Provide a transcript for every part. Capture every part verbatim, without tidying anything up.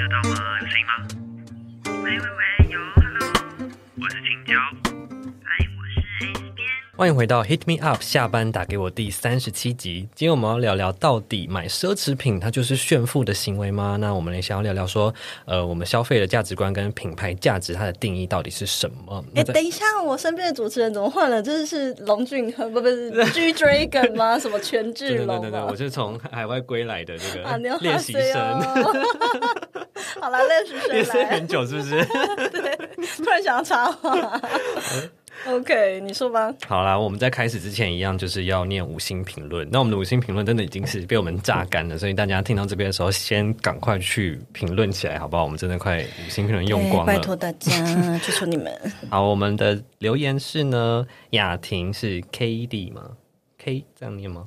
得到吗？有声音吗？喂喂喂，有 ，Hello， 我是青椒。嗨，我是 S 边。 欢迎回到 Hit Me Up 下班打给我第三十七集。今天我们要聊聊，到底买奢侈品它就是炫富的行为吗？那我们也想要聊聊说，呃，我们消费的价值观跟品牌价值它的定义到底是什么？ 哎、欸，等一下，我身边的主持人怎么换了？这是龙俊亨，不不是 G Dragon 吗？什么权志龙？ 对对对对，我是从海外归来的这个练习生。 好啦，练习生来， 练习很久是不是？ 对，突然想要插话。OK， 你说吧。 好啦，我们在开始之前一样，就是要念五星评论。那我们的五星评论真的已经是被我们榨干了，所以大家听到这边的时候，先赶快去评论起来，好不好？我们真的快五星评论用光了， 拜托大家，求求你们。 好，我们的留言是呢，雅婷是 K D 吗 ？K 这样念吗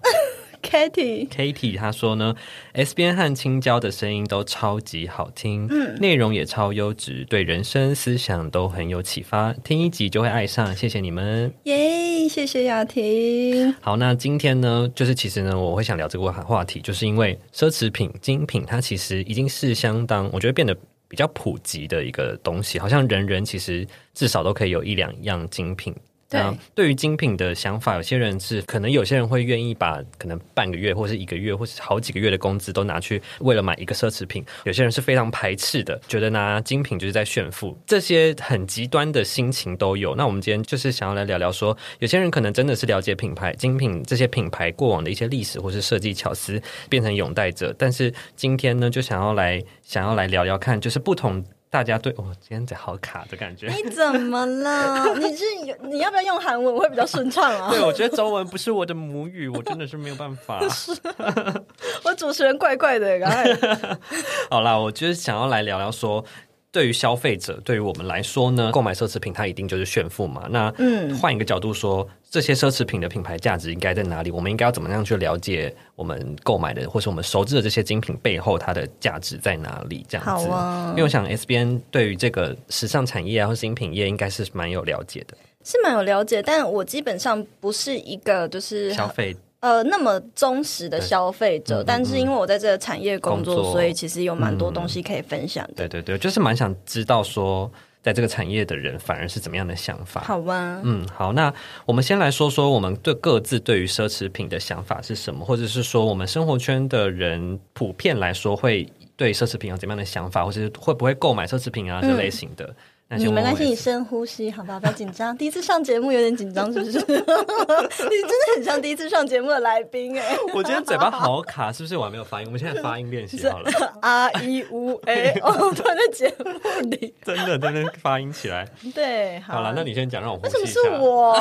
？Katie Katie 她说呢 S 边和青椒的声音都超级好听，嗯，内容也超优质，对人生思想都很有启发，听一集就会爱上，谢谢你们耶，谢谢雅婷。 好，那今天呢，就是其实呢我会想聊这个话题，就是因为奢侈品精品它其实已经是相当我觉得变得比较普及的一个东西，好像人人其实至少都可以有一两样精品。 对， 对于精品的想法，有些人是可能有些人会愿意把可能半个月或是一个月或是好几个月的工资都拿去为了买一个奢侈品，有些人是非常排斥的，觉得拿精品就是在炫富，这些很极端的心情都有。那我们今天就是想要来聊聊说，有些人可能真的是了解品牌精品这些品牌过往的一些历史或是设计巧思，变成拥戴者，但是今天呢就想要来想要来聊聊看，就是不同大家对，哦，今天在好卡的感觉。 你怎么了？你是你要不要用韩文？我会比较顺畅啊。 对，我觉得中文不是我的母语，我真的是没有办法。 我主持人怪怪的，刚才。 好啦，我就是想要来聊聊说，对于消费者，对于我们来说呢，购买奢侈品它一定就是炫富嘛。那嗯，换一个角度说，这些奢侈品的品牌价值应该在哪里？我们应该要怎么样去了解我们购买的或是我们熟知的这些精品背后它的价值在哪里？这样子。 好啊， 因为我想 S 边对于这个时尚产业啊或精品业应该是蛮有了解的。 是蛮有了解，但我基本上不是一个就是消费。 呃，那么忠实的消费者，嗯嗯嗯，但是因为我在这个产业工作，工作所以其实有蛮多东西可以分享的。 嗯、对对对，就是蛮想知道说，在这个产业的人反而是怎么样的想法。 好吧， 嗯，好，那我们先来说说我们对各自对于奢侈品的想法是什么，或者是说我们生活圈的人普遍来说会对奢侈品有怎么样的想法，或者是会不会购买奢侈品啊这类型的。嗯你没关系，你深呼吸，好不好？不要紧张。第一次上节目有点紧张，是不是？你真的很像第一次上节目的来宾哎、欸！ 我今天嘴巴好卡，是不是？我还没有发音。我们现在发音练习好了。 啊一五 A 哦，突然在节目里， 真的真的发音起来。 对，好了， 那你先讲，让我呼吸一下。 为什么是我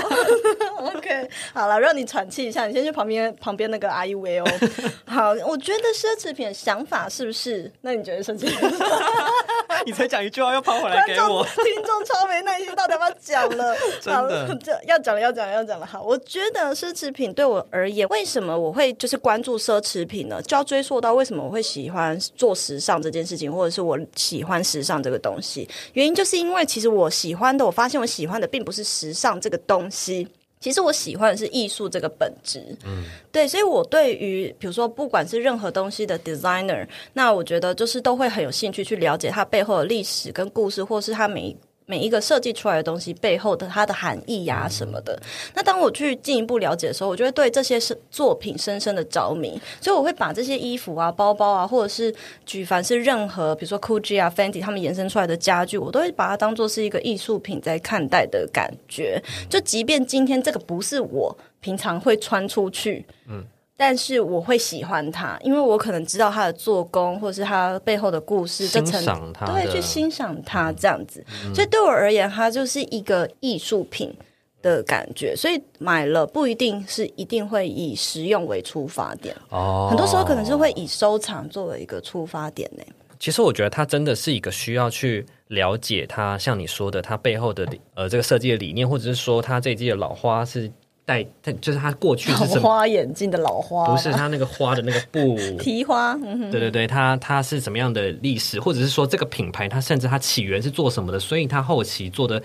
？OK， 好了，让你喘气一下。你先去旁边旁边那个啊一五 A 哦。好，我觉得奢侈品的想法是不是？那你觉得奢侈品？ 你才讲一句话，又跑回来给我。 听众超没耐心，到底要不要讲了？ 真的要讲了，要讲了，要讲了。好，我觉得奢侈品对我而言，为什么我会就是关注奢侈品呢？就要追溯到为什么我会喜欢做时尚这件事情，或者是我喜欢时尚这个东西。原因就是因为其实我喜欢的，我发现我喜欢的并不是时尚这个东西。其实我喜欢的是艺术这个本质，嗯，对，所以我对于比如说不管是任何东西的 designer， 那我觉得就是都会很有兴趣去了解它背后的历史跟故事，或是它每每一个设计出来的东西背后的它的含义呀、啊、什么的。那当我去进一步了解的时候，我就会对这些作品深深的着迷，所以我会把这些衣服啊、包包啊，或者是举凡是任何比如说 Gucci 啊、Fendi 他们衍生出来的家具，我都会把它当作是一个艺术品在看待的感觉。就即便今天这个不是我平常会穿出去，嗯。但是我会喜欢它，因为我可能知道它的做工，或者是它背后的故事， 欣赏它， 对，去欣赏它这样子、嗯。所以对我而言，它就是一个艺术品的感觉。所以买了不一定是一定会以实用为出发点，哦，很多时候可能是会以收藏作为一个出发点呢。 其实我觉得它真的是一个需要去了解它，像你说的，它背后的呃这个设计的理念，或者是说它这一季的老花是。带就是它过去是怎么老花眼镜的老花， 不是它那个花的那个布提花、嗯、 对对对，它它是什么样的历史，或者是说这个品牌它甚至它起源是做什么的，所以它后期做的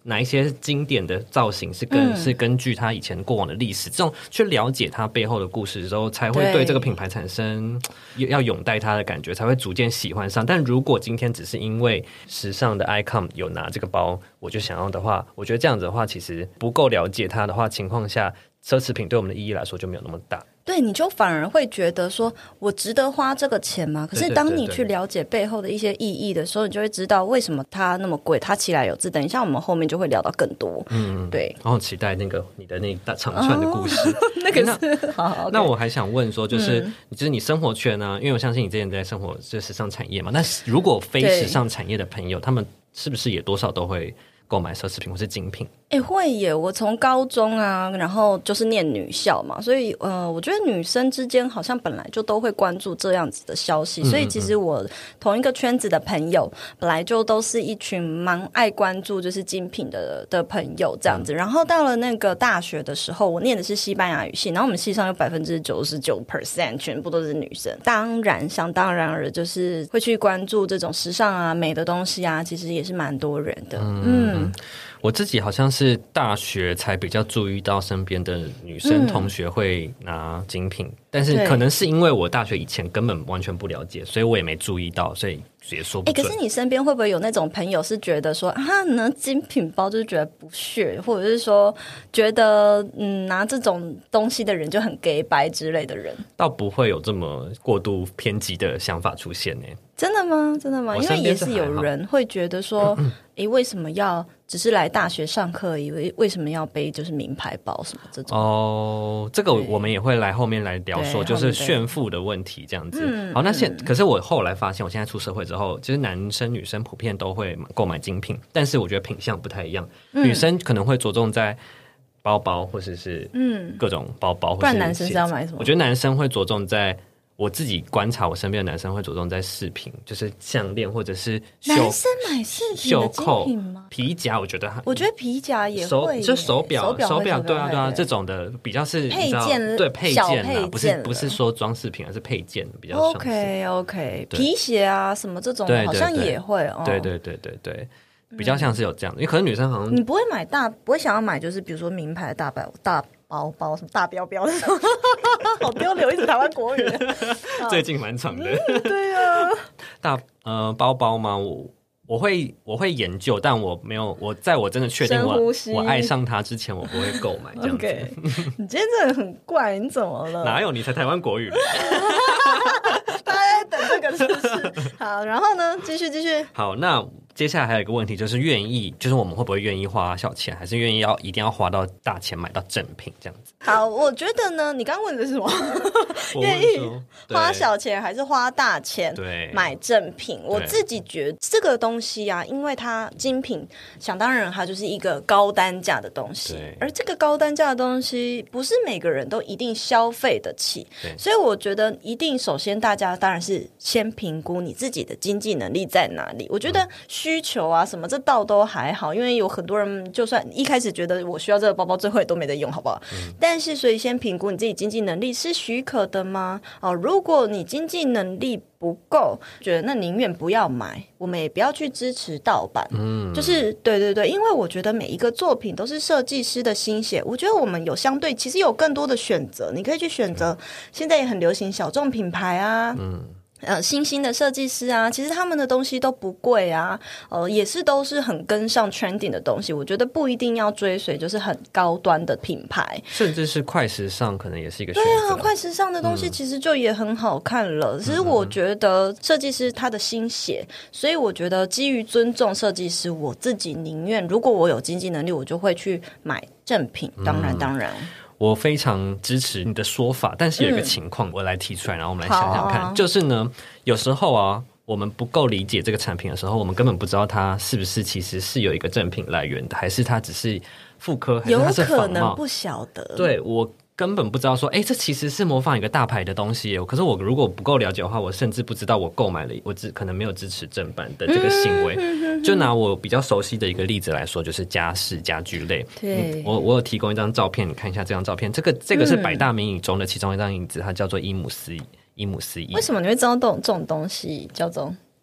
哪一些经典的造型是跟、嗯、是根据它以前过往的历史，这种去了解它背后的故事之后，才会对这个品牌产生要拥戴它的感觉，才会逐渐喜欢上。但如果今天只是因为时尚的 icon 有拿这个包我就想要的话，我觉得这样子的话其实不够了解它的话情况下，奢侈品对我们的意义来说就没有那么大。 对，你就反而会觉得说我值得花这个钱吗？可是当你去了解背后的一些意义的时候，你就会知道为什么它那么贵，它其来有自。等一下我们后面就会聊到更多。嗯，对， 然后期待那个你的那一大长串的故事。哦、 那个是好, 好， 那我还想问说，就是、嗯、就是你生活圈呢、啊？因为我相信你之前在生活这时尚产业嘛，那如果非时尚产业的朋友，他们是不是也多少都会购买奢侈品或是精品？ 哎、欸，会耶！我从高中啊，然后就是念女校嘛，所以呃，我觉得女生之间好像本来就都会关注这样子的消息，嗯嗯嗯，所以其实我同一个圈子的朋友，本来就都是一群蛮爱关注就是精品的的朋友这样子。嗯、然后到了那个大学的时候，我念的是西班牙语系，然后我们系上有百分之九十九 percent 全部都是女生，当然想当然而就是会去关注这种时尚啊、美的东西啊，其实也是蛮多人的。嗯。嗯， 我自己好像是大学才比较注意到身边的女生同学会拿精品、嗯、但是可能是因为我大学以前根本完全不了解，所以我也没注意到，所以也说不准。 欸、可是你身边会不会有那种朋友是觉得说啊拿精品包就是觉得不屑，或者是说觉得嗯拿这种东西的人就很 gay 白之类的人？ 倒不会有这么过度偏激的想法出现呢。 真的吗？真的吗？因为也是有人会觉得说诶，为什么要只是来大学上课而已，为什么要背就是名牌包什么这种？ 哦，这个我们也会来后面来聊说就是炫富的问题这样子。嗯、好，那现、嗯、可是我后来发现我现在出社会之后，其实男生女生普遍都会购买精品，但是我觉得品相不太一样、嗯、女生可能会着重在包包或者是各种包包、嗯、 不然男生是要买什么？ 我觉得男生会着重在，我自己观察我身边的男生会着重在饰品，就是项链或者是袖男生买饰品的精品吗？ 皮夹我觉得我觉得皮夹也会， 就手表手表手表对啊对啊，这种的比较是配件， 对配件啦，不是不是说装饰品，而是配件比较像是。 OK OK， 皮鞋啊什么这种好像也会。 对对对对对，比较像是有这样的。因为可能女生好像你不会买大，不会想要买就是比如说名牌的大包大包包什么大标标那种好丢脸，一直台湾国语最近蛮长的、 嗯、对啊， 大呃包包吗？我我会我会研究，但我没有，我在我真的确定我我爱上它之前，我不会购买这样子。 Okay. 你今天真的很怪，你怎么了？ 哪有，你才台湾国语大家在等这个是不是？好，然后呢继续继续。 好，那接下来还有一个问题，就是愿意，就是我们会不会愿意花小钱，还是愿意要一定要花到大钱买到正品这样子？ 好，我觉得呢，你刚刚问的是什么？愿意花小钱还是花大钱买正品？我自己觉得这个东西啊，因为它精品，想当然它就是一个高单价的东西，而这个高单价的东西不是每个人都一定消费得起，所以我觉得一定首先大家当然是先评估你自己的经济能力在哪里。我觉得需求啊什么这倒都还好，因为有很多人就算一开始觉得我需要这个包包，最后也都没得用，好不好？嗯、但是所以先评估你自己经济能力是许可的吗？哦，如果你经济能力不够，觉得那宁愿不要买，我们也不要去支持盗版。嗯，就是对对对，因为我觉得每一个作品都是设计师的心血，我觉得我们有相对其实有更多的选择，你可以去选择，现在也很流行小众品牌啊。嗯。呃，新兴的设计师啊，其实他们的东西都不贵啊，呃，也是都是很跟上 trending 的东西。我觉得不一定要追随就是很高端的品牌， 甚至是快时尚，可能也是一个选择。 对啊，快时尚的东西其实就也很好看了。其实、嗯、我觉得设计师他的心血，所以我觉得基于尊重设计师，我自己宁愿如果我有经济能力，我就会去买正品。当然，当然。嗯， 我非常支持你的说法，但是有一个情况我来提出来，然后我们来想想看、啊、就是呢有时候啊我们不够理解这个产品的时候，我们根本不知道它是不是其实是有一个正品来源的，还是它只是复刻，还是它是仿冒， 有可能不晓得。 对，我根本不知道说哎，这其实是模仿一个大牌的东西耶，可是我如果不够了解的话，我甚至不知道我购买了，我只可能没有支持正版的这个行为、嗯、就拿我比较熟悉的一个例子来说，就是家饰家居类。对、嗯、我, 我有提供一张照片，你看一下这张照片，这个这个是百大名椅中的其中一张椅子，它叫做伊姆斯伊姆斯伊。 为什么你会知道这种这种东西叫做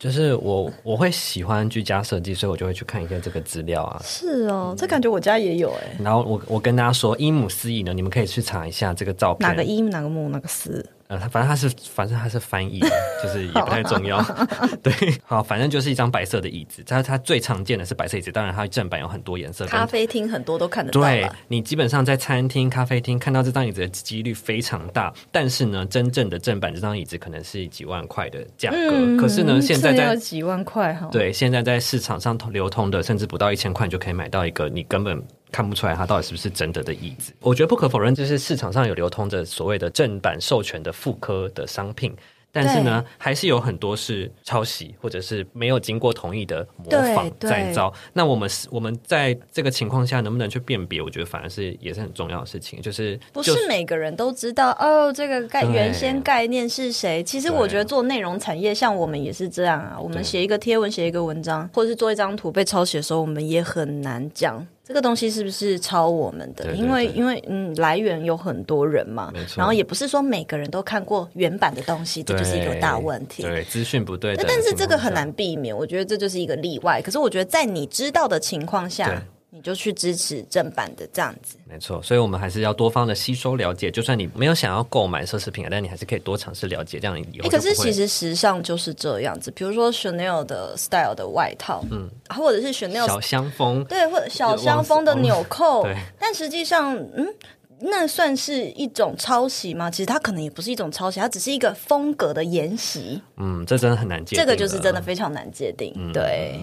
就是我我会喜欢居家设计，所以我就会去看一些这个资料啊。 是哦，这感觉我家也有哎、 然后我我跟大家说，伊姆思义呢，你们可以去查一下这个照片， 哪个一哪个木哪个思。 呃，反正它是，反正它是翻译，就是也不太重要。对，好，反正就是一张白色的椅子，它它最常见的是白色椅子，当然它正版有很多颜色。 咖啡厅很多都看得到。 对，你基本上在餐厅、咖啡厅看到这张椅子的几率非常大，但是呢，真正的正版这张椅子可能是几万块的价格，嗯、可是呢，现在在要几万块哈。 对，现在在市场上流通的，甚至不到一千块，你就可以买到一个你根本看不出来它到底是不是真的的椅子。我觉得不可否认，就是市场上有流通着所谓的正版授权的复刻的商品，但是呢，还是有很多是抄袭或者是没有经过同意的模仿再造。那我们我们在这个情况下能不能去辨别，我觉得反而是也是很重要的事情。就是不是每个人都知道哦，这个概原先概念是谁。其实我觉得做内容产业，像我们也是这样啊。我们写一个贴文，写一个文章，或者是做一张图被抄袭的时候，我们也很难讲这个东西是不是抄我们的？对对对，因为因为嗯，来源有很多人嘛，然后也不是说每个人都看过原版的东西，这就是一个大问题。 对，资讯不对的， 但是这个很难避免，我觉得这就是一个例外。可是我觉得在你知道的情况下，你就去支持正版的这样子。 没错，所以我们还是要多方的吸收了解。就算你没有想要购买奢侈品，但你还是可以多尝试了解，这样以后就不会。 可是其实时尚就是这样子，比如说 Chanel 的 style 的外套，嗯，或者是 Chanel 小香风， 对，或者小香风的纽扣，但实际上，嗯。那算是一种抄袭吗？其实它可能也不是一种抄袭，它只是一个风格的沿袭。 嗯，这真的很难界定， 这个就是真的非常难界定。嗯、对。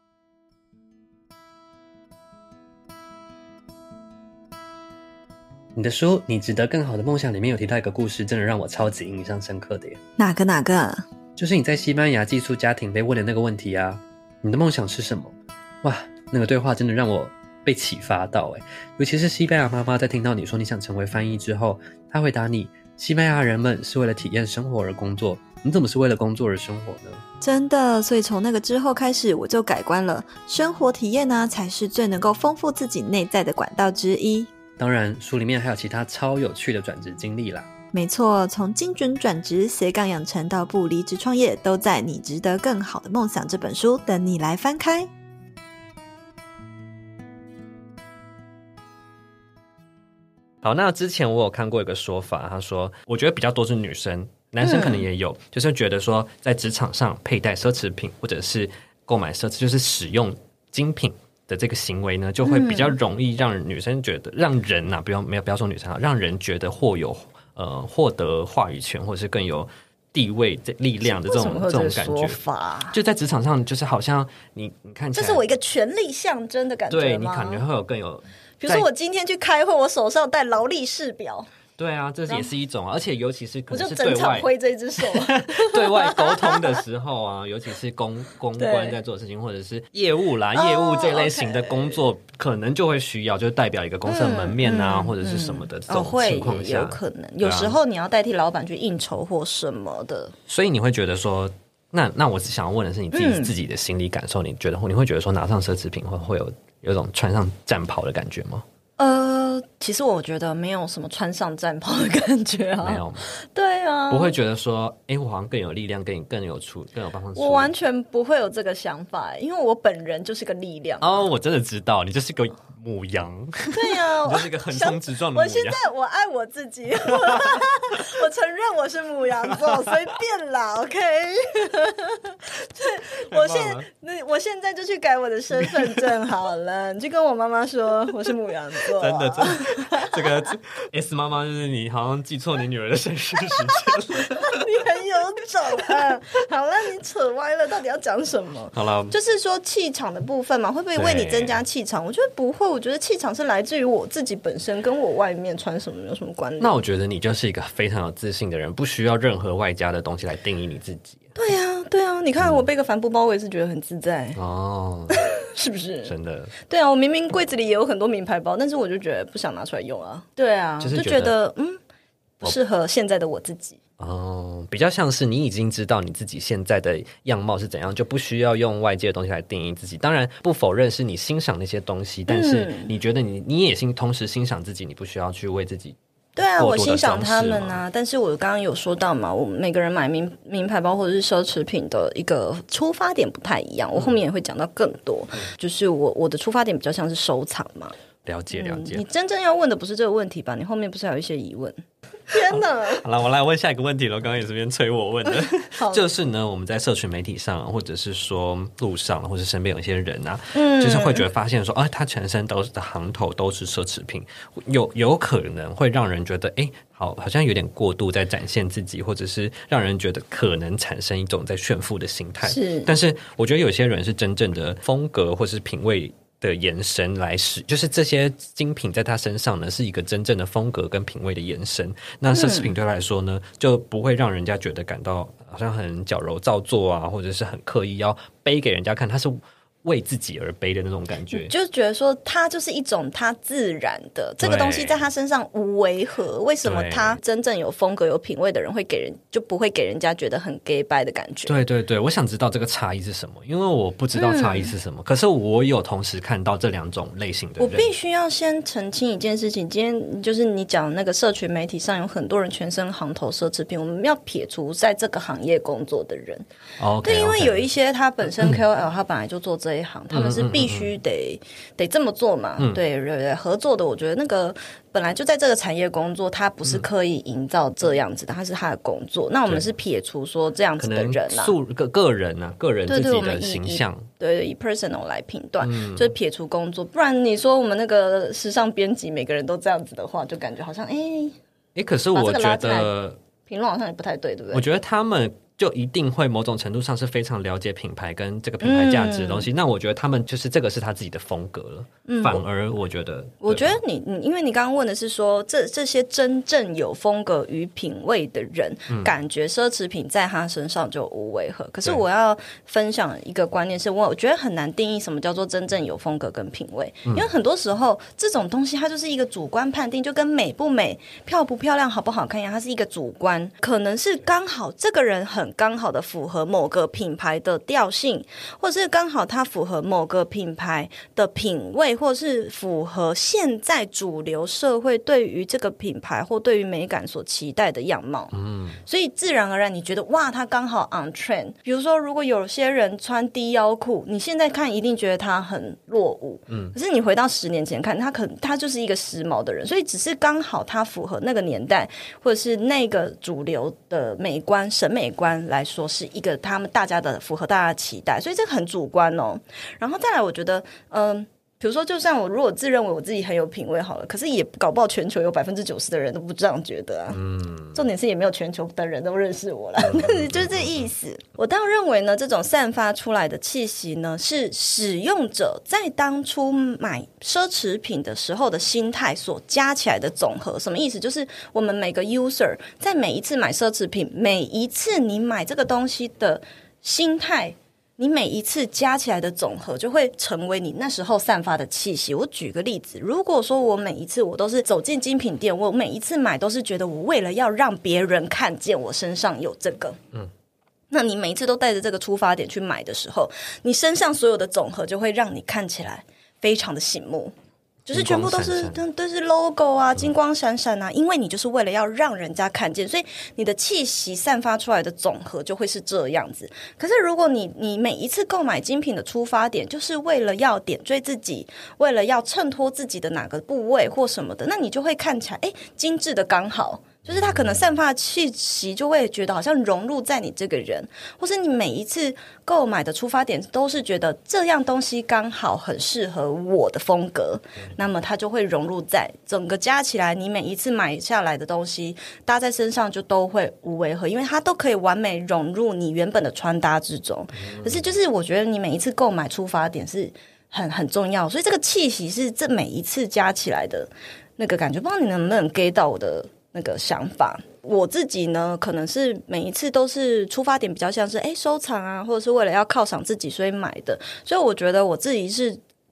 你的书《你值得更好的梦想》里面有提到一个故事，真的让我超级印象深刻的耶。 哪个哪个？ 就是你在西班牙寄宿家庭被问的那个问题啊，你的梦想是什么？哇，那个对话真的让我被启发到耶，尤其是西班牙妈妈在听到你说你想成为翻译之后，她回答你，西班牙人们是为了体验生活而工作，你怎么是为了工作而生活呢？ 真的，所以从那个之后开始我就改观了，生活体验呢才是最能够丰富自己内在的管道之一。 当然书里面还有其他超有趣的转职经历啦。 没错，从精准转职、斜杠养成到不离职创业，都在《你值得更好的梦想》这本书等你来翻开。 好，那之前我有看过一个说法，他说我觉得比较多是女生，男生可能也有、嗯、就是觉得说在职场上佩戴奢侈品或者是购买奢侈就是使用精品的这个行为呢，就会比较容易让女生觉得、嗯、让人啊不要没有不要说女生啊，让人觉得或有呃获得话语权或者是更有地位力量的这种这种感觉，就在职场上就是好像你你看起来这是我一个权力象征的感觉吗？ 对，你感觉会有更有， 比如说我今天去开会，我手上带劳力士表。 对啊，这也是一种、啊、而且尤其是可能是对外，我就整场挥这一只手对外沟通的时候啊，尤其是公公关在做的事情，或者是业务啦、业务这类型的工作、oh, okay. 可能就会需要，就代表一个公司的门面啊、嗯、或者是什么的这种情况下、 哦、会有可能有时候你要代替老板去应酬或什么的， 所以你会觉得说那那我想要问的是你自己、嗯、自己的心理感受，你觉得你会觉得说拿上奢侈品会会有有一种穿上战袍的感觉吗？ 呃，其实我觉得没有什么穿上战袍的感觉啊， 没有， 对啊， 不会觉得说，哎、欸，我好像更有力量，更更有出，更有办法。 我完全不会有这个想法，因为我本人就是个力量。 哦，我真的知道，你就是个母羊。 对呀、啊， 你就是一个横冲直撞的母羊。 我现在我爱我自己，我承认我是母羊座，随便啦 ，OK 对。我现那我现在就去改我的身份证好了，你就跟我妈妈说我是母羊座。 真的，真的，这个 S 妈妈就是你，好像记错你女儿的生日时间了。 你很有种啊！好了，你扯歪了，到底要讲什么？ 好了， 就是说气场的部分嘛，会不会为你增加气场？我觉得不会，我觉得气场是来自于我自己本身，跟我外面穿什么有什么关联。 那我觉得你就是一个非常有自信的人，不需要任何外加的东西来定义你自己。 对啊，对啊，你看我背个帆布包，我也是觉得很自在哦。 是不是真的？ 对啊，我明明柜子里也有很多名牌包，但是我就觉得不想拿出来用啊。对啊， 就是、 就觉得嗯不适合现在的我自己。 哦，比较像是你已经知道你自己现在的样貌是怎样，就不需要用外界的东西来定义自己。当然不否认是你欣赏那些东西，但是你觉得你你也欣同时欣赏自己，你不需要去为自己对啊，我过多的欣赏他装饰吗们啊，但是我刚刚有说到嘛，我们每个人买名名牌包或者是奢侈品的一个出发点不太一样，我后面也会讲到更多， 嗯、 就是我我的出发点比较像是收藏嘛。 了解了解、 嗯，你真正要问的不是这个问题吧？你后面不是还有一些疑问？天哪！ 好了，我来问下一个问题了。刚刚也是边催我问的，就是呢，我们在社群媒体上，或者是说路上，或者身边有一些人啊，嗯，就是会觉得发现说，啊，他全身都是的行头都是奢侈品，有有可能会让人觉得，哎，好，好像有点过度在展现自己，或者是让人觉得可能产生一种在炫富的心态。 是， 但是我觉得有些人是真正的风格或是品味的延伸来使，就是这些精品在他身上呢是一个真正的风格跟品味的延伸。那奢侈品对他来说呢，就不会让人家觉得感到好像很矫揉造作啊，或者是很刻意要背给人家看，他是为自己而背的那种感觉， 就觉得说它就是一种它自然的这个东西在他身上无违和，为什么他真正有风格有品味的人会给人就不会给人家觉得很 gay 掰的感觉？ 对对对，我想知道这个差异是什么，因为我不知道差异是什么、嗯、可是我有同时看到这两种类型的人。 我必须要先澄清一件事情，今天就是你讲那个社群媒体上有很多人全身行头奢侈品，我们要撇除在这个行业工作的人、 oh, okay, 对，因为 okay. 有一些他本身 K O L、嗯、他本来就做这一行，他们是必须得、嗯嗯嗯、得这么做嘛、嗯、对对对，合作的我觉得那个本来就在这个产业工作，他不是刻意营造这样子的，他是他的工作。那我们是撇除说这样子的人啦， 可能个个人啊，个人自己的形象， 对 对, 对, 对，以 personal 来评断、嗯，就是撇除工作。不然你说我们那个时尚编辑每个人都这样子的话，就感觉好像哎哎，可是我觉得评论好像也不太对，对不对？ 我觉得他们就一定会某种程度上是非常了解品牌跟这个品牌价值的东西、嗯、那我觉得他们就是这个是他自己的风格了、嗯、反而我觉得我觉得你你因为你刚刚问的是说这这些真正有风格与品味的人、嗯、感觉奢侈品在他身上就无违和，可是我要分享一个观念是我觉得很难定义什么叫做真正有风格跟品味、嗯、因为很多时候这种东西它就是一个主观判定，就跟美不美漂不漂亮好不好看一样，它是一个主观，可能是刚好这个人很刚好的符合某个品牌的调性，或者是刚好它符合某个品牌的品味，或是符合现在主流社会对于这个品牌或对于美感所期待的样貌。嗯，所以自然而然你觉得哇，它刚好 on trend。比如说，如果有些人穿低腰裤，你现在看一定觉得他很落伍，嗯，可是你回到十年前看，他可他就是一个时髦的人，所以只是刚好他符合那个年代或者是那个主流的美观审美观来说。说是一个他们大家的符合大家的期待，所以这个很主观哦。然后再来我觉得嗯、呃比如说就像我如果自认为我自己很有品味好了，可是也搞不好全球有百分之九十的人都不这样觉得啊。嗯，重点是也没有全球的人都认识我啦，嗯、就是这意思。我倒认为呢，这种散发出来的气息呢，是使用者在当初买奢侈品的时候的心态所加起来的总和。什么意思？就是我们每个 user 在每一次买奢侈品，每一次你买这个东西的心态，你每一次加起来的总和就会成为你那时候散发的气息。我举个例子，如果说我每一次我都是走进精品店，我每一次买都是觉得我为了要让别人看见我身上有这个，嗯，那你每一次都带着这个出发点去买的时候，你身上所有的总和就会让你看起来非常的醒目，就是全部都是闪闪都是 logo 啊，金光闪闪啊、嗯、因为你就是为了要让人家看见，所以你的气息散发出来的总和就会是这样子。可是如果你你每一次购买精品的出发点就是为了要点缀自己，为了要衬托自己的哪个部位或什么的，那你就会看起来哎精致的刚好，就是他可能散发的气息就会觉得好像融入在你这个人，或是你每一次购买的出发点都是觉得这样东西刚好很适合我的风格，那么它就会融入在整个加起来，你每一次买下来的东西搭在身上就都会无违和，因为它都可以完美融入你原本的穿搭之中。可是就是我觉得你每一次购买出发点是很很重要，所以这个气息是这每一次加起来的那个感觉，不知道你能不能 get 到我的那个想法。我自己呢可能是每一次都是出发点比较像是哎收藏啊，或者是为了要犒赏自己所以买的，所以我觉得我自己是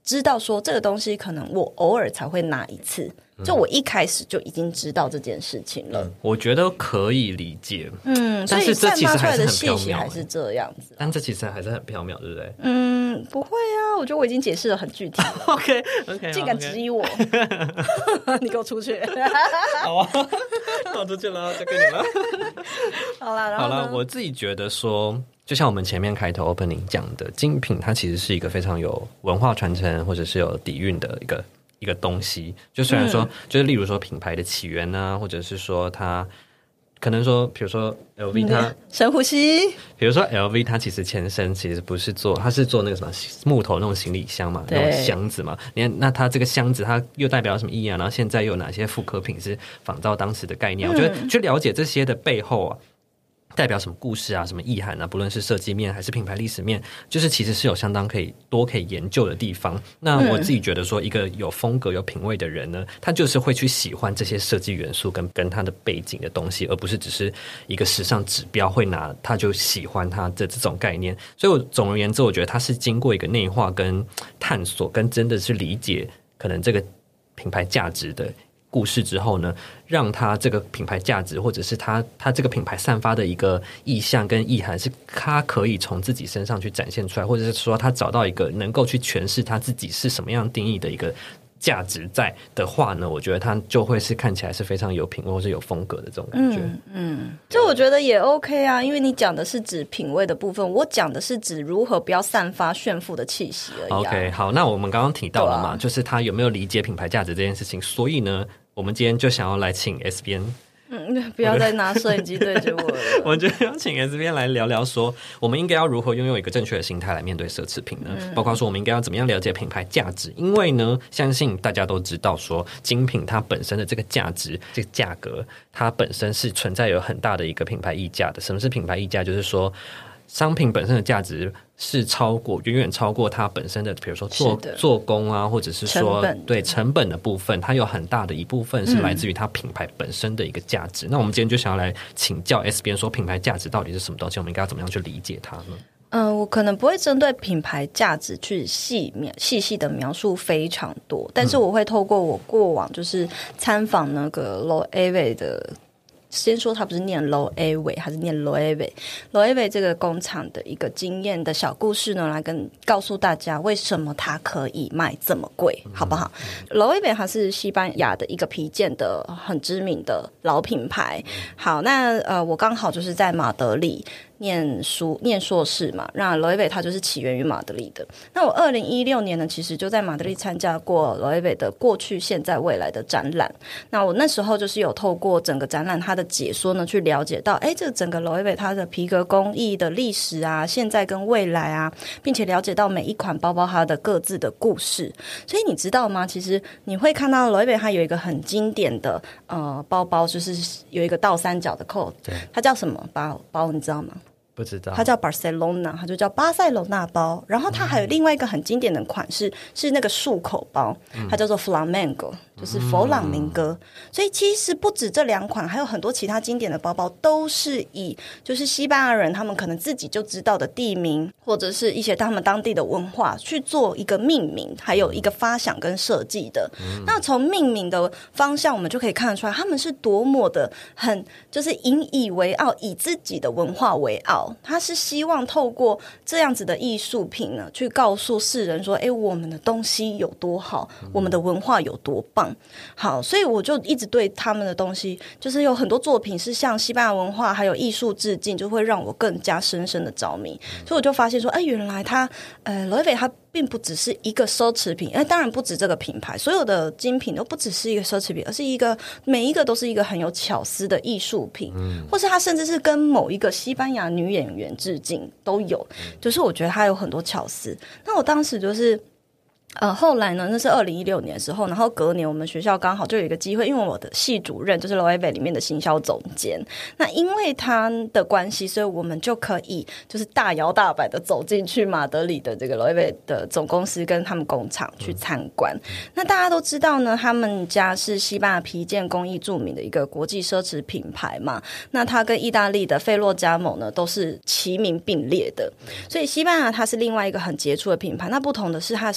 知道说这个东西可能我偶尔才会拿一次，就我一开始就已经知道这件事情了。 嗯、我觉得可以理解， 嗯， 但是这其实还是很细缥缈， 还是这样子、啊。 但这其实还是很缥缈，对不对？ 嗯，不会啊，我觉得我已经解释得很具体了。 OK OK， 竟敢质疑我，你给我出去！ 好啊，我出去了，交给你了。 好啦，然后好了，我自己觉得说。就像我们前面开头 opening 讲的，精品它其实是一个非常有文化传承或者是有底蕴的一个一个东西。就虽然说，嗯、就是例如说品牌的起源啊，或者是说它可能说，比如说 L V 它、嗯、 深呼吸， 比如说 L V 它其实前身其实不是做，它是做那个什么木头那种行李箱嘛，那种箱子嘛。你看，那它这个箱子它又代表什么意义啊？然后现在又有哪些复刻品是仿照当时的概念？嗯、我觉得去了解这些的背后啊。代表什么故事啊，什么意涵啊，不论是设计面还是品牌历史面，就是其实是有相当可以多可以研究的地方。那我自己觉得说，一个有风格有品味的人呢，他就是会去喜欢这些设计元素跟跟他的背景的东西，而不是只是一个时尚指标会拿他就喜欢他的这种概念。所以我总而言之，我觉得他是经过一个内化跟探索跟真的是理解可能这个品牌价值的故事之后呢，让他这个品牌价值或者是他他这个品牌散发的一个意象跟意涵是他可以从自己身上去展现出来，或者是说他找到一个能够去诠释他自己是什么样定义的一个价值在的话呢，我觉得他就会是看起来是非常有品味或是有风格的这种感觉。 嗯嗯，这我觉得也 OK 啊，因为你讲的是指品味的部分，我讲的是指如何不要散发炫富的气息而已、啊。OK， 好，那我们刚刚提到了嘛、 啊， 就是他有没有理解品牌价值这件事情，所以呢我们今天就想要来请 S 编， 嗯，不要再拿摄影机对着我了。 我觉得要请 S 编来聊聊说，我们应该要如何拥有一个正确的心态来面对奢侈品呢？嗯、包括说我们应该要怎么样了解品牌价值？因为呢，相信大家都知道说，精品它本身的这个价值、这个价格，它本身是存在有很大的一个品牌溢价的。什么是品牌溢价？就是说，商品本身的价值是超过远远超过它本身的，比如说做做工啊，或者是说成对成本的部分，它有很大的一部分是来自于它品牌本身的一个价值。嗯、那我们今天就想要来请教 S 编说，品牌价值到底是什么东西？我们应该要怎么样去理解它呢？ 嗯、呃，我可能不会针对品牌价值去细描细细的描述非常多，但是我会透过我过往就是参访那个 Loewe 的。先说他不是念 Loewe， 还是念 Loewe Loewe 这个工厂的一个经验的小故事呢，来跟告诉大家为什么它可以卖这么贵，好不好？ Loewe 它是西班牙的一个皮件的很知名的老品牌。好，那呃，我刚好就是在马德里念书念硕士嘛，那 Loewe 它就是起源于马德里的。那我二零一六年呢，其实就在马德里参加过 Loewe 的过去、现在、未来的展览。那我那时候就是有透过整个展览它的解说呢，去了解到，哎，这个整个 Loewe 它的皮革工艺的历史啊，现在跟未来啊，并且了解到每一款包包它的各自的故事。所以你知道吗？其实你会看到 Loewe 它有一个很经典的呃包包，就是有一个倒三角的扣，它叫什么包包？你知道吗？ 不知道， 它叫 Barcelona， 它就叫巴塞罗那包。然后它还有另外一个很经典的款式，嗯、是那个束口包，它叫做 Flamenco，、嗯、就是佛朗明哥。所以其实不止这两款，还有很多其他经典的包包，都是以就是西班牙人他们可能自己就知道的地名，或者是一些他们当地的文化去做一个命名，还有一个发想跟设计的。嗯、那从命名的方向，我们就可以看得出来，他们是多么的很就是引以为傲，以自己的文化为傲。他是希望透过这样子的艺术品呢，去告诉世人说，哎，我们的东西有多好，我们的文化有多棒。好，所以我就一直对他们的东西，就是有很多作品是向西班牙文化还有艺术致敬，就会让我更加深深的着迷。所以我就发现说，哎，原来他呃 Loewe 他并不只是一个奢侈品，哎，当然不止这个品牌，所有的精品都不只是一个奢侈品，而是一个每一个都是一个很有巧思的艺术品，嗯、或是它甚至是跟某一个西班牙女演员致敬都有，就是我觉得它有很多巧思。那我当时就是呃，后来呢，那是二零一六年的时候，然后隔年我们学校刚好就有一个机会，因为我的系主任就是 Loewe 里面的行销总监，那因为他的关系，所以我们就可以就是大摇大摆的走进去马德里的这个 Loewe 的总公司跟他们工厂去参观。嗯、那大家都知道呢，他们家是西班牙皮件工艺著名的一个国际奢侈品牌嘛，那他跟意大利的费洛加盟呢都是齐名并列的，所以西班牙它是另外一个很杰出的品牌。那不同的是，它的设计就是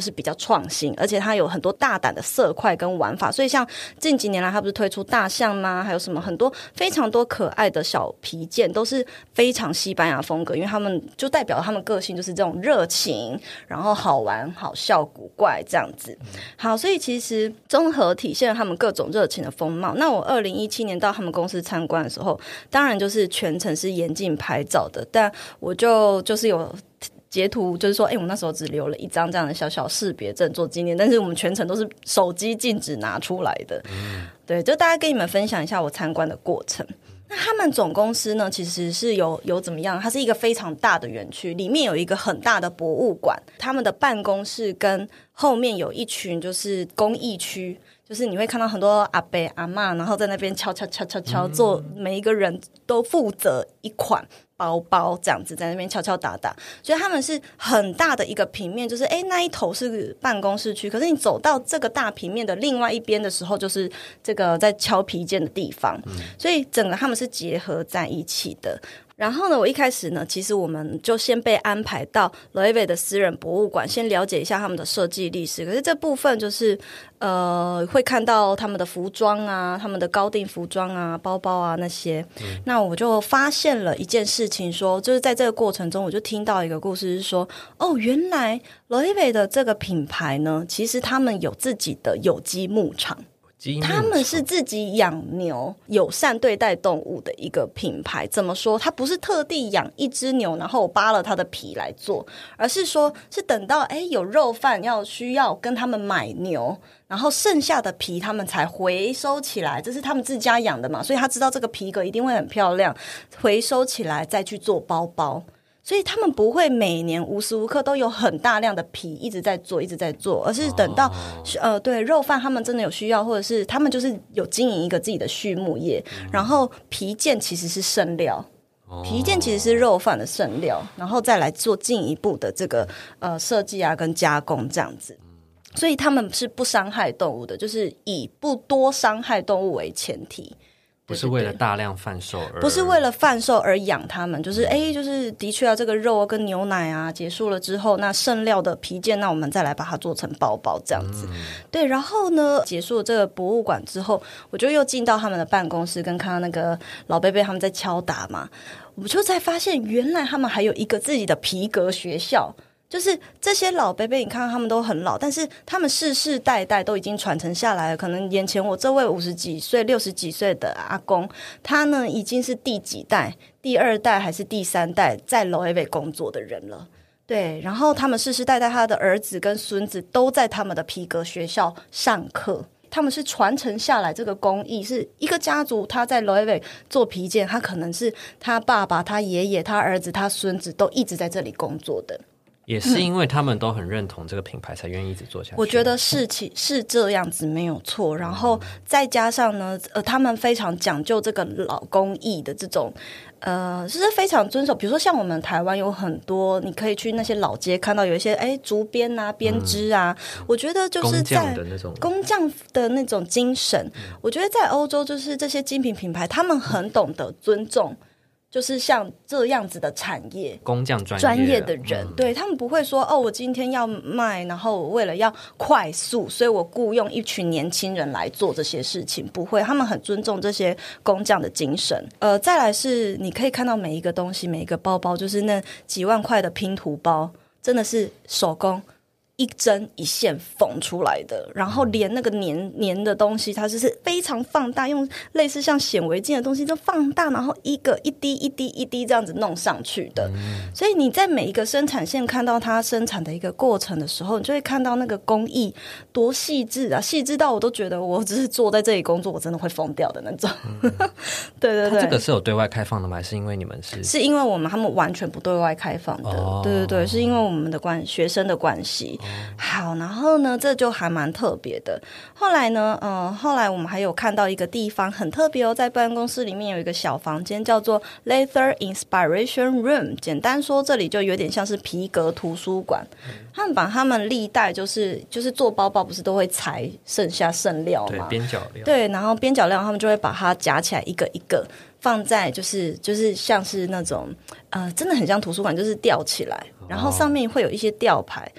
就是比较创新，而且它有很多大胆的色块跟玩法，所以像近几年来它不是推出大象吗？还有什么很多非常多可爱的小皮件，都是非常西班牙风格，因为他们就代表他们个性就是这种热情，然后好玩好笑古怪这样子。好，所以其实综合体现了他们各种热情的风貌。那我二零一七年到他们公司参观的时候，当然就是全程是严禁拍照的，但我就就是有截图，就是说，哎、欸，我那时候只留了一张这样的小小识别证做纪念，但是我们全程都是手机禁止拿出来的。嗯、对，就大概跟你们分享一下我参观的过程。那他们总公司呢，其实是有有怎么样？它是一个非常大的园区，里面有一个很大的博物馆，他们的办公室跟后面有一群就是工艺区。就是你会看到很多阿伯阿嬷，然后在那边敲敲敲敲敲，做每一个人都负责一款包包，这样子在那边敲敲打打。所以他们是很大的一个平面，就是哎那一头是办公室区，可是你走到这个大平面的另外一边的时候，就是这个在敲皮件的地方。所以整个他们是结合在一起的。然后呢，我一开始呢，其实我们就先被安排到 Loewe 的私人博物馆，先了解一下他们的设计历史。可是这部分就是呃，会看到他们的服装啊，他们的高定服装啊，包包啊那些。嗯、那我就发现了一件事情说，说就是在这个过程中，我就听到一个故事是说，哦，原来 Loewe 的这个品牌呢，其实他们有自己的有机牧场。他们是自己养牛，友善对待动物的一个品牌。怎么说？它不是特地养一只牛，然后扒了它的皮来做，而是说是等到哎有肉贩要需要跟他们买牛，然后剩下的皮他们才回收起来，这是他们自家养的嘛，所以他知道这个皮革一定会很漂亮，回收起来再去做包包。所以他们不会每年无时无刻都有很大量的皮一直在做一直在做，而是等到、哦、呃对肉贩他们真的有需要，或者是他们就是有经营一个自己的畜牧业、嗯、然后皮件其实是剩料，皮件其实是肉贩的剩料，然后再来做进一步的这个呃设计啊跟加工这样子。所以他们是不伤害动物的，就是以不多伤害动物为前提， 不是为了大量贩售而不是为了贩售而养他们，就是哎、嗯，就是的确啊，这个肉跟牛奶啊结束了之后，那剩料的皮件，那我们再来把它做成包包这样子、嗯、对。然后呢，结束了这个博物馆之后，我就又进到他们的办公室，跟看到那个老贝贝他们在敲打嘛，我就才发现原来他们还有一个自己的皮革学校。就是这些老伯伯，你看他们都很老，但是他们世世代代都已经传承下来了。可能眼前我这位五十几岁、六十几岁的阿公，他呢已经是第几代、第二代还是第三代在 Loewe 工作的人了。对，然后他们世世代代他的儿子跟孙子都在他们的皮革学校上课。他们是传承下来这个工艺，是一个家族他在 Loewe 做皮件，他可能是他爸爸、他爷爷、他儿子、他孙子都一直在这里工作的。 也是因为他们都很认同这个品牌才愿意一直做下去。 我觉得是其是这样子没有错，然后再加上呢呃，他们非常讲究这个老工艺的这种呃，就是非常遵守。比如说像我们台湾有很多你可以去那些老街看到有一些哎竹编啊编织啊、嗯、我觉得就是在工匠的那种工匠的那种精神、嗯、我觉得在欧洲就是这些精品品牌他们很懂得尊重就是像这样子的产业工匠专业专业的人、嗯、对他们不会说哦，我今天要卖，然后我为了要快速，所以我雇佣一群年轻人来做这些事情，不会，他们很尊重这些工匠的精神。呃，再来是你可以看到每一个东西，每一个包包，就是那几万块的拼图包，真的是手工。一针一线缝出来的，然后连那个粘粘的东西它就是非常放大，用类似像显微镜的东西就放大，然后一个一滴一滴一滴这样子弄上去的、嗯、所以你在每一个生产线看到它生产的一个过程的时候，你就会看到那个工艺多细致啊，细致到我都觉得我只是坐在这里工作我真的会疯掉的那种、嗯、对对对。 它这个是有对外开放的吗？还是因为你们是是因为我们他们完全不对外开放的、哦、对对对，是因为我们的关学生的关系、哦好，然后呢，这就还蛮特别的。后来呢，呃，后来我们还有看到一个地方很特别哦，在办公室里面有一个小房间，叫做 Leather Inspiration Room。简单说，这里就有点像是皮革图书馆。嗯、他们把他们历代就是就是做包包，不是都会裁剩下剩料吗？ 对，边角料。 对，然后边角料他们就会把它夹起来一个一个。放在就是就是像是那种呃，真的很像图书馆，就是吊起来，然后上面会有一些吊牌。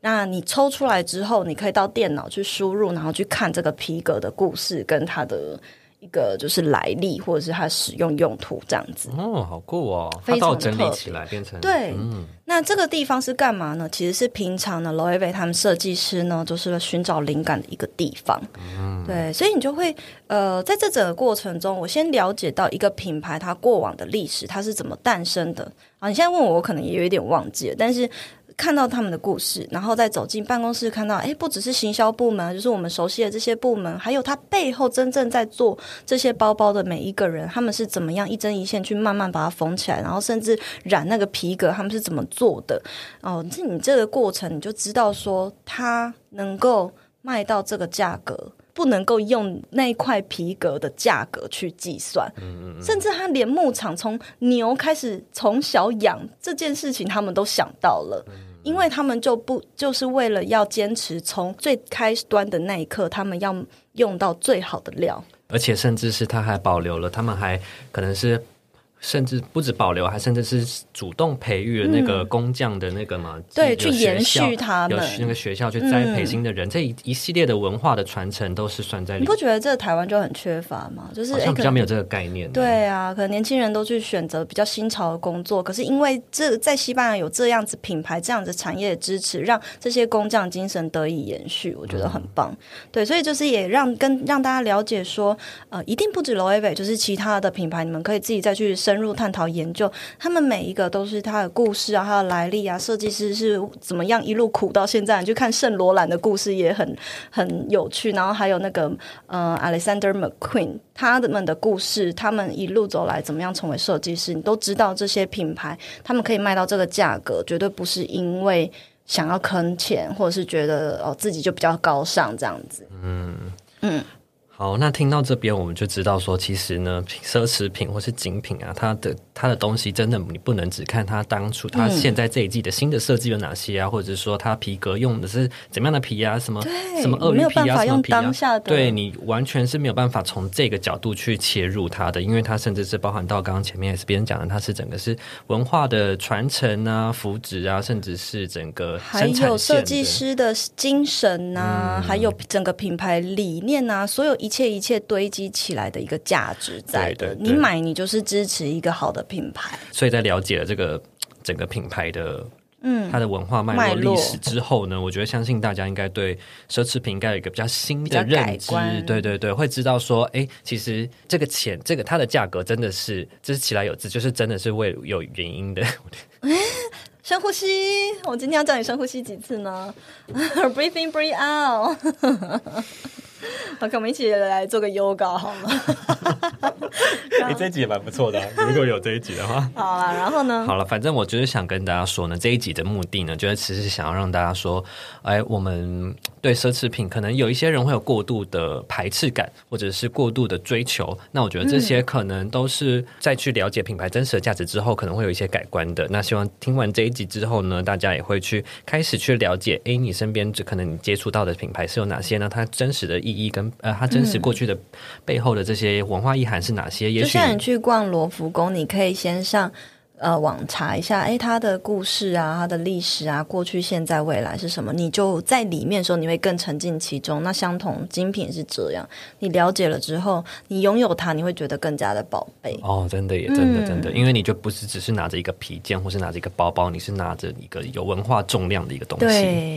那你抽出来之后，你可以到电脑去输入，然后去看这个皮革的故事跟它的一个就是来历，或者是它使用用途这样子。 哦，好酷哦！ 非常它都整理起来变成对。 嗯， 那这个地方是干嘛呢？其实是平常呢 Loewe 他们设计师呢，就是寻找灵感的一个地方。嗯，对，所以你就会呃，在这整个过程中，我先了解到一个品牌它过往的历史，它是怎么诞生的啊。你现在问我，我可能也有一点忘记了，但是看到他们的故事，然后再走进办公室，看到哎，不只是行销部门，就是我们熟悉的这些部门，还有他背后真正在做这些包包的每一个人，他们是怎么样一针一线去慢慢把它缝起来，然后甚至染那个皮革，他们是怎么做的哦。这你这个过程，你就知道说，它能够卖到这个价格，不能够用那一块皮革的价格去计算，嗯嗯，甚至他连牧场从牛开始从小养这件事情，他们都想到了。嗯，因为他们就不就是为了要坚持从最开端的那一刻，他们要用到最好的料， 而且甚至是他还保留了，他们还可能是甚至不止保留，还甚至是主动培育了那个工匠的那个嘛，嗯， 对，去延续他们， 有那个学校去栽培新的人，嗯，这一一系列的文化的传承都是算在里面。 你不觉得这个台湾就很缺乏吗？就是好像比较没有这个概念。 对啊，可能年轻人都去选择比较新潮的工作，可是因为这在西班牙有这样子品牌、这样子产业的支持，让这些工匠精神得以延续，我觉得很棒。嗯，对，所以就是也让跟让大家了解说，呃，一定不止 Loewe， 就是其他的品牌，你们可以自己再去深入探讨研究，他们每一个都是他的故事啊，他的来历啊，设计师是怎么样一路苦到现在。你去看圣罗兰的故事也很很有趣，然后还有那个呃 Alexander McQueen 他们的故事，他们一路走来怎么样成为设计师，你都知道。这些品牌他们可以卖到这个价格，绝对不是因为想要坑钱，或者是觉得哦自己就比较高尚这样子。嗯嗯。 好，那听到这边我们就知道说，其实呢，奢侈品或是精品啊，它的它的东西真的你不能只看它当初它现在这一季的新的设计有哪些啊，嗯，或者说它皮革用的是怎么样的皮啊，什么什么鳄鱼皮啊，什么皮啊，对，你完全是没有办法从这个角度去切入它的，因为它甚至是包含到刚刚前面 S 边讲的，它是整个是文化的传承啊、扶植啊，甚至是整个生产线的，还有设计师的精神啊，嗯，还有整个品牌理念啊，所有一切一切堆积起来的一个价值在的。对对对，你买你就是支持一个好的品牌。 所以在了解了这个整个品牌的嗯它的文化脉络历史之后呢，我觉得相信大家应该对奢侈品应该有一个比较新的认知。对对对，会知道说哎，其实这个钱这个它的价格真的是这是其来有自，就是真的是为有原因的。 深呼吸，我今天要叫你深呼吸几次呢？ Breathe in, breathe out。 OK， 我们一起来做个 yoga 好吗？ 欸，这一集也蛮不错的，啊，如果有这一集的话。 好了，然后呢？ 好了，反正我就是想跟大家说呢，这一集的目的呢，就是其实想要让大家说，哎，我们对奢侈品可能有一些人会有过度的排斥感，或者是过度的追求。那我觉得这些可能都是在去了解品牌真实的价值之后，可能会有一些改观的。那希望听完这一集之后呢，大家也会去开始去了解，哎，你身边可能你接触到的品牌是有哪些呢？它真实的意义跟呃，它真实过去的背后的这些文化意涵是哪些？也许就像你去逛罗浮宫，你可以先上呃网查一下，哎，它的故事啊，它的历史啊，过去、现在、未来是什么？你就在里面的时候，你会更沉浸其中。那相同精品是这样，你了解了之后，你拥有它，你会觉得更加的宝贝。 哦，真的也真的真的，嗯，因为你就不是只是拿着一个皮件，或是拿着一个包包，你是拿着一个有文化重量的一个东西。 对。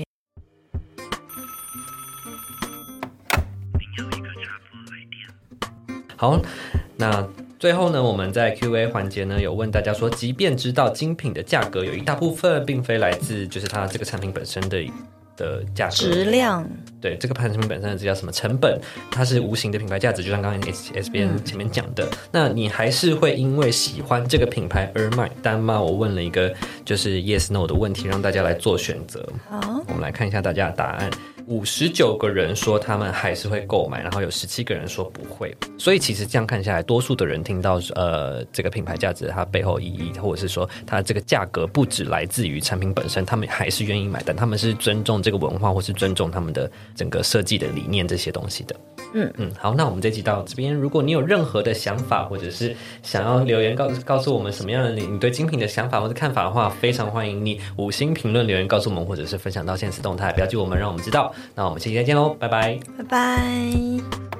好，那最后呢，我们在 Q A 环节呢，有问大家说，即便知道精品的价格有一大部分并非来自就是它这个产品本身的的价格质量， 对这个产品本身的这叫什么成本，它是无形的品牌价值，就像刚才 S S B N 前面讲的，嗯，那你还是会因为喜欢这个品牌而买单吗？我问了一个就是 Yes No 的问题，让大家来做选择。好，我们来看一下大家的答案。五十九个人说他们还是会购买，然后有十七个人说不会。所以其实这样看下来，多数的人听到呃这个品牌价值它背后意义，或者是说它这个价格不只来自于产品本身，他们还是愿意买单，他们是尊重这个文化，或是尊重他们的整个设计的理念这些东西的。 嗯嗯，好，那我们这集到这边，如果你有任何的想法，或者是想要留言告告诉我们什么样的你你对精品的想法或者看法的话，非常欢迎你五星评论留言告诉我们，或者是分享到现实动态，标记我们，让我们知道。那我们下期再见喽，拜拜， 拜拜。